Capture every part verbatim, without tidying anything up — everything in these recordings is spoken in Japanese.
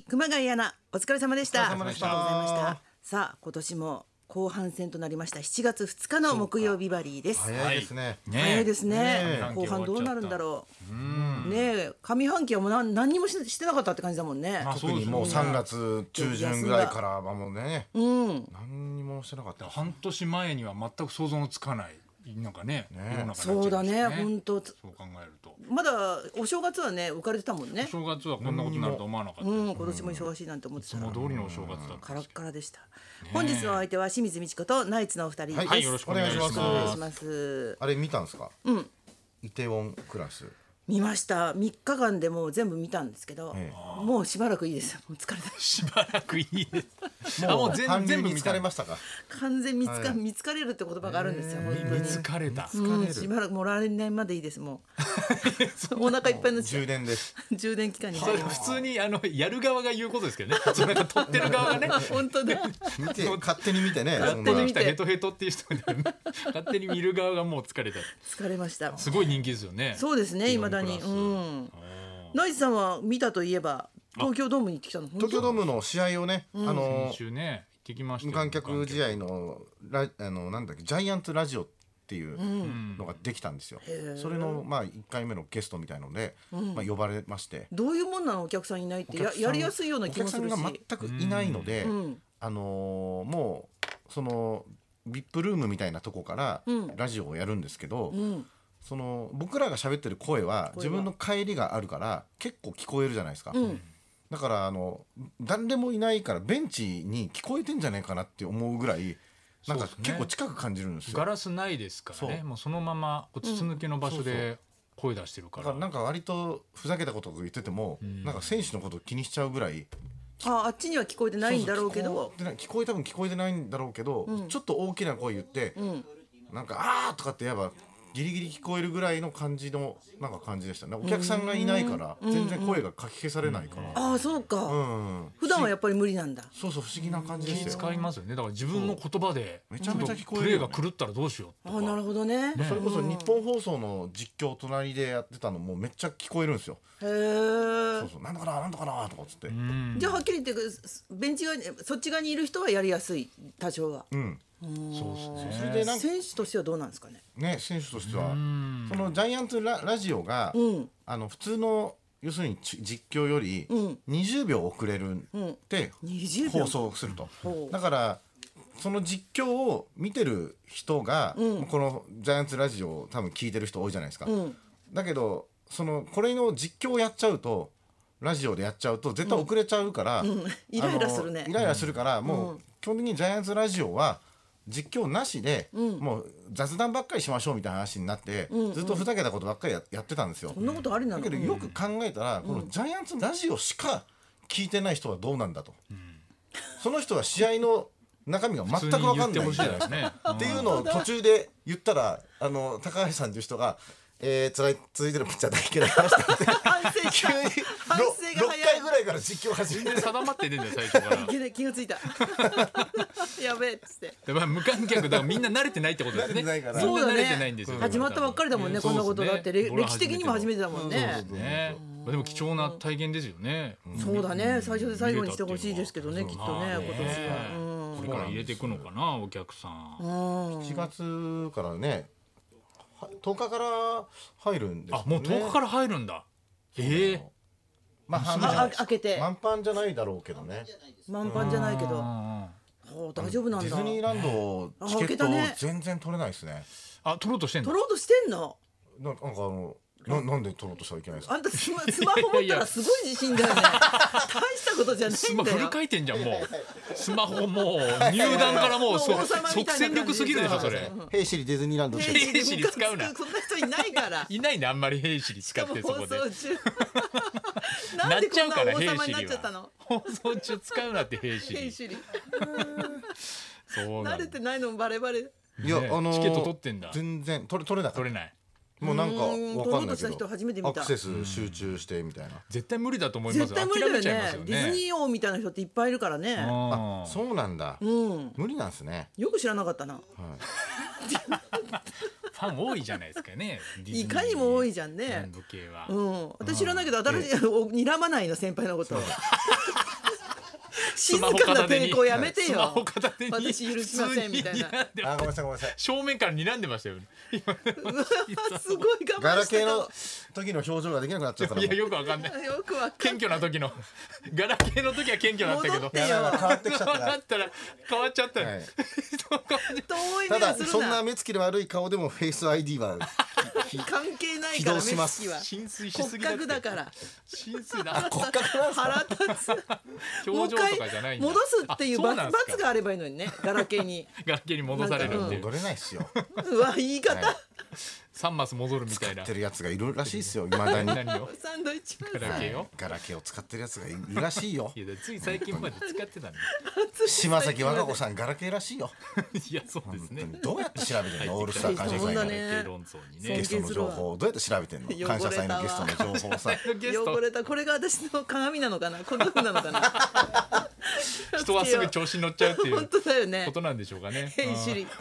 熊谷アナ、お疲れ様でした。 お疲れ様でした。 ありがとうございました。さあ、今年も後半戦となりました。しちがつふつかの木曜日バリーです。 早いですね。 はい、早いですね。 ね後半どうなるんだろう。うんねえ、上半期はもう何何にもししてなかったって感じだもんね。 特にもうさんがつ中旬ぐらいからはもうね、うん、何にもしてなかった。 半年前には全く想像のつかない。なんかね、 ね、そうだね、本当。 そう考えると。 まだお正月はね、浮かれてたもんね。 お正月はこんなことになると思わなかった。 うん、今年も忙しいなんて思ってた。 その通りのお正月だった。 カラッカラでした。本日のお相手は清水美智子とナイツのお二人です。 はい、よろしくお願いします。 あれ見たんですか。うん。イテウォンクラス。 見ました。みっかかんでもう全部見たんですけど、ええ、もうしばらくいいです。もう疲れた。 しばらくいいです。 もう全全部見つかれましたか。 完全見つか、はい、見つかれるって言葉があるんですよ。えー、 見つかれた。 うん、しばらくもう来年までいいです。もうお腹いっぱいの充電です。 充電期間に入ります。 普通にあのやる側が言うことですけどね。それなんか撮ってる側がね。 本当だ。 見て勝手に見てね。 勝手に見てヘトヘトっていう人で勝手に見る側がもう疲れた。 疲れました。 すごい人気ですよね。 そうですね。未だに。うん。ナイツさんは見たといえば東京ドームに行ってきたの。 東京ドームの試合をね、 うん、あの先週ね行ってきました。 無観客試合のラあのなんだっけジャイアンツラジオっていうのができたんですよ。うん、それのまあいっかいめのゲストみたいので、うん、まあ呼ばれまして。 どういうもんなのお客さんいないって や, やりやすいような気もするし。 お客さんが全くいないので、うん、あのー、もうそのビップルームみたいなとこからラジオをやるんですけど。うんその僕らが喋ってる声は自分の帰りがあるから結構聞こえるじゃないですか、うん、だからあの誰でもいないからベンチに聞こえてんじゃないかなって思うぐらいなんか結構近く感じるんですよ。 ガラスないですからね。もうそのまま筒抜けの場所で声出してるから、 だからなんか割とふざけたことを言ってても、うん、なんか選手のことを気にしちゃうぐらいあ, あっちには聞こえてないんだろうけどそうそう聞こえ多分聞こえてないんだろうけど、うん、ちょっと大きな声言って、うん、なんかあーとかって言えばギリギリ聞こえるぐらいの感じのなんか感じでしたね。お客さんがいないから全然声がかき消されないから、 うんうん、ああそうか、うん、普段はやっぱり無理なんだ。 そうそう不思議な感じですよ。 気使いますよね。だから自分の言葉でめちゃめちゃ聞こえる、ね、 プレーが狂ったらどうしようとか。 あなるほど ね, ねそれこそ日本放送の実況隣でやってたのもめっちゃ聞こえるんですよ。 へえ。 そうそうなんだかななんだかなとかっつって。 じゃあはっきり言ってベンチ側そっち側にいる人はやりやすい多少は。うんそうですね。 それでなんか選手としてはどうなんですかね。 ね選手としてはそのジャイアンツ ラ, ラジオが、うん、あの普通の要するに実況よりにじゅうびょう遅れるって放送すると、うん、だからその実況を見てる人が、うん、このジャイアンツラジオを多分聞いてる人多いじゃないですか、うん、だけどそのこれの実況をやっちゃうとラジオでやっちゃうと絶対遅れちゃうから、うんうん、 イライラするね。 イライラするから、うん、もう基本的にジャイアンツラジオは実況なしで、うん、もう雑談ばっかりしましょうみたいな話になって うん、うん、ずっとふざけたことばっかり や, やってたんですよ。 そんなことありなの。 だけどよく考えたら、うん、このジャイアンツラジオしか聞いてない人はどうなんだと、うん、その人は試合の中身が全く分かんないじゃないですかっていうのを途中で言ったらあの高橋さんという人がえー、つらい続いてるピッチャー大嫌いな話って反省急に反省が早い。 ろっかいぐらいから実況始めて全然定まってねえんだよ最初から気がついたやべえっつってで、まあ、無観客だからみんな慣れてないってことですね。 そうだね。 ですよ始まったばっかりだもんね、こんなことだって、ね、歴史的にも初めてだもんね。 でも貴重な体験ですよね。 そうだね。最初で最後にしてほしいですけどね、きっとね今年は。これから入れていくのかなお客さん。 しちがつからねとおかから入るんですよね。 あもうとおかから入るんだ。ええー、 まあ開けて満帆じゃないだろうけどね。 満帆じゃないけど大丈夫なんだ。 ディズニーランドチケット全然取れないですね。 あ取ろうとしてんの。 取ろうとしてんの。 なんかあのな, なんで取ろうとしたらいけないですか。 あんたス マ, スマホ持ったらすごい自信だよね。大したことじゃないんだよ。 スマホフル回転じゃんもう。スマホもう入団からもう即戦力すぎるでしょそれ。 ヘイシリディズニーランド。 ヘイシリ使うな。 そんな人いないから。 いないねあんまりヘイシリ使ってそこで。 放送中なんでこんな王様になっちゃったの。 放送中使うなってヘイシリ。 ヘイシリ。 そう慣れてないのバレバレ。 いやあのチケット取ってんだ。 全然取れ取れない。 取れない。 もうなんかわかんないけどアクセス集中してみたいな。 絶対無理だと思います。 絶対無理だよね。ディズニー王みたいな人っていっぱいいるからね。 あそうなんだ、うん、無理なんですね。 よく知らなかったな、はい、 ファン多いじゃないですかね。 いかにも多いじゃんね。 系は、 うん、私知らないけど新しい睨まないの先輩のこと静かな抵抗やめてよ。 スマホ片手に私許しませんみたいな。 あ、ごめんなさいごめんなさい。 正面から睨んでましたよ。 すごい我ガ慢したラケーの時の表情ができなくなっちゃったらもう。 いやよくわかんない。 よくわかん謙虚な時のガラケーの時は謙虚だったけど、 戻ってよいや変わってきちゃっただったら変わっちゃったよ。 はい遠いた目をするな。 だそんな目つきの悪い顔でもフェイス アイディー は関係ないから起動します目つきは浸水しす骨ぎだって格だから。 浸水だ。 骨格なんですか。 腹立つ。 表情とかじゃないんだ。 戻すっていう罰あそうなんですか罰があればいいのにね。ガラケーに。 ガラケーに戻されるっていう。 戻れないっすよ。 うわ言い方。 はい三マス戻るみたいな使って。るやつがいるらしいですよ。未だに。 何を？ サンドイッチマンガラケーを？ ガラケーを使ってるやつがいるらしいよ。 いやつい最近まで使ってたんだ。 島崎和歌子さんガラケーらしいよ。 いやそうですね。 どうやって調べてんの？オールスター感謝祭のそうだねガラケー論争にね。 ゲストの情報をどうやって調べてんの？感謝祭のゲストの情報をさ。 ゲスト汚れたこれが私の鏡なのかなこんな風なのかな。 人はすぐ調子に乗っちゃうっていう本当だよねこ。となんでしょうかね。 ヘイシリ。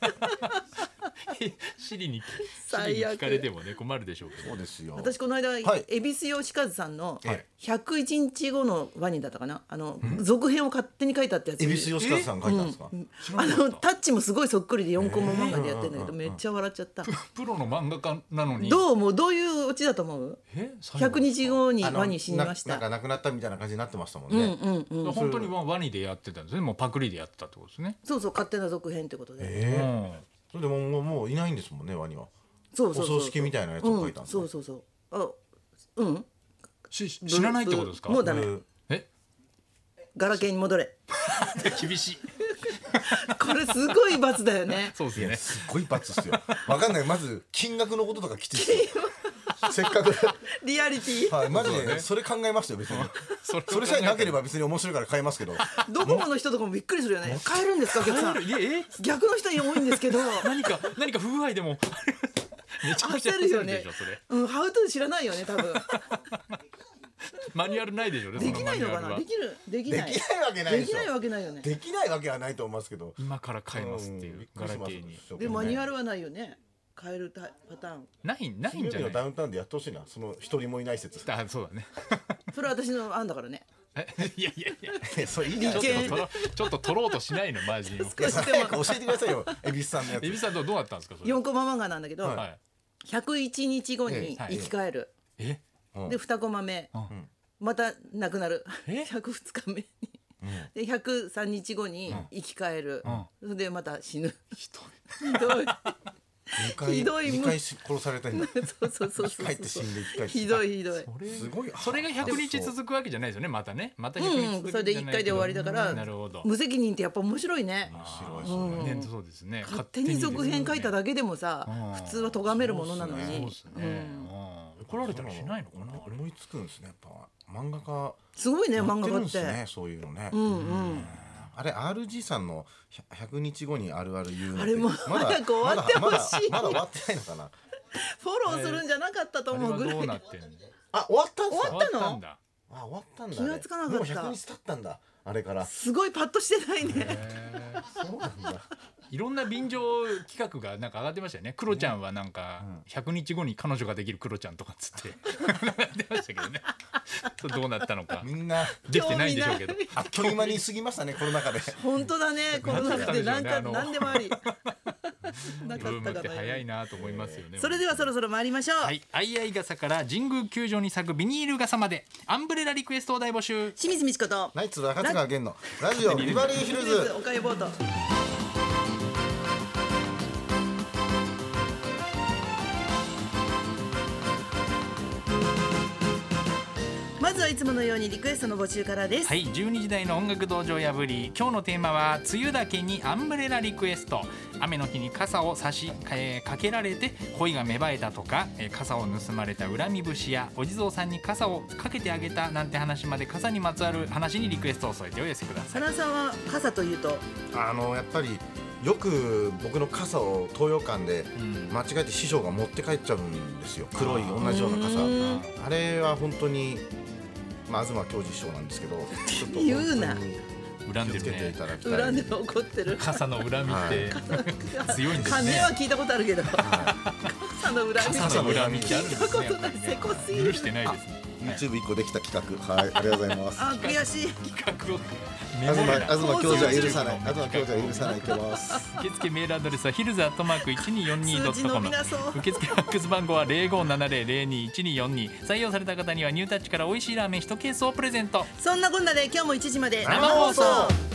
シリにシ最悪リに聞かれてもね困るでしょうけど。 そうですよ。 私この間、 はい恵比寿吉和さんのはいひゃくいちにちごのワニだったかなあの続編を勝手に書いたってやつ。 恵比寿吉和さん書いたんですか？ あのタッチもすごいそっくりでよんコマ漫画でやってるんだけどめっちゃ笑っちゃった。 プロの漫画家なのに。 どうもうどういうオチだと思う？ えひゃくにちごにあのワニ死にました。 ななんか亡くなったみたいな感じになってましたもんうんね。 うんうん。 本当にワニでやってたんですね。もうパクリでやってたってことですね。 そうそう勝手な続編ってことで。 ええ。 うん。 それでももうもういないんですもんねワニは。 そうそうそうそう。 お葬式みたいなやつを書いたんですかうんそうそうそう。あうん。 し知らないってことですか？ もうダメ。 えガラケーに戻れ。 厳しい。 これすごい罰だよね。 そうですね。 すっごい罰っすよ。わかんない。まず金額のこととかきてる。せっかく。 リアリティ。 はい、マジそうだねでそれ考えましたよ別に。 それそれさえなければ別に面白いから買いますけど。 ドコモの人とかもびっくりするよね。買えるんですかお客さん。 いやえ逆の人に多いんですけど。 何か何か不具合でもめちゃくちゃ焦るよねでしょそれ。 うん、ハウトゥー知らないよね多分。 マニュアルないでしょね。 できないのかな。 そマニュアルはできるできない。 できないわけないでしょできないわけないよね。 できないわけはないと思いますけど。 今から買いますっていうガラケーに。 でマニュアル。 ルはないよね。変えるタパターン。 ないないん金曜日のじゃない。 ダウンタウンでやってほしいな。その一人もいない説。 あそうだね。 それは私の案だからね。 えいやいやいや。 それいいじゃないちょっ理系と取ろちょっと取ろうとしないのマジで。 少しで早くも教えてくださいよ恵比寿さんのやつ。 エビさんとどうだったんですかそれ。 よんコマ漫画なんだけど、 はいはい。 ひゃくいちにちごにええ生き返る。 えうんでにコマ目、 うんまた亡くなる。 えひゃくふつかめに。でひゃくさんにちごに生き返る。それでまた死ぬ。ひどい。 二回ひどい二回殺されたんだ。 そうそうそうそう。 生き返って死んで一回ひどいひどい。 それすごい。 それがひゃくにち続くわけじゃないですよねまたねまたひゃくにち続くうん、それでいっかいで終わりだから、 なるほど。 無責任ってやっぱ面白いね。 白いですね。 ねそうですね。 勝手に続編書いただけでもさ、 うん普通は咎めるものなのそうにで。すね。うん怒られたりしないのかな。 思いつくんですねやっぱ漫画家。 すごいねやってるん漫画家って。 ですねそういうのね。 うんうん。 あれ アールジー さんのひゃくにちごにあるある言うのってあれもまだ早く終わってほしいまだまだまだ終わってないのかな。 フォローするんじゃなかったとあれは思うぐらい。 どうなってんの。 あ終わったんですか。 終わったの終わったんだ。 あ終わったんだ。 気がつかなかったもうひゃくにち経ったんだあれから。 すごいパッとしてないね。 そうなんだ。 いろんな便乗企画がなんか上がってましたよね。クロちゃんはなんかひゃくにちごに彼女ができるクロちゃんとかっつって上がってましたけどね。それどうなったのかみんなできてないんでしょうけど。 あっという間に過ぎましたねコロナ禍で。 本当だね。この中でなんかあの何でもあり。なかブームってったかな。 早いなと思いますよね。 それではそろそろ参りましょう。 はい、あいあい傘から神宮球場に咲くビニール傘までアンブレラリクエストを大募集。 清水美智子とナイツ中津川源のラジオビバリーヒルズ。 おかゆボート。まずはいつものようにリクエストの募集からです。 はい、じゅうにじ台の音楽道場破り、今日のテーマは梅雨だけにアンブレラリクエスト。雨の日に傘を差し、えーかけられて恋が芽生えたとか、えー傘を盗まれた恨み節やお地蔵さんに傘をかけてあげたなんて話まで傘にまつわる話にリクエストを添えてお寄せください。 花さんは傘というとあのやっぱりよく僕の傘を東洋館でうん間違えて師匠が持って帰っちゃうんですよ。黒い同じようなう傘。 んあれは本当にまあ東京二師匠なんですけど、ちょっと言うな本当に恨んでる気をつけていね。 ただきたい。 恨んで怒ってる。 傘の恨みって強いんですね。 金は聞いたことあるけど。 傘の恨み傘の恨みってあるんですね。 聞いたことない。せこすぎる。 許してないですね。 YouTube 一個できた企画、はい、ありがとうございます。 あ、悔しい。 企画を東東教授は許さない。東教授は許さない。いけます。 受付メールアドレスはヒルズアットマーク一二四二ドットコム。受付ファックス番号は零五七零零二一二四二。採用された方にはニュータッチから美味しいラーメン一ケースをプレゼント。 そんなこんなで今日も一時まで生放送。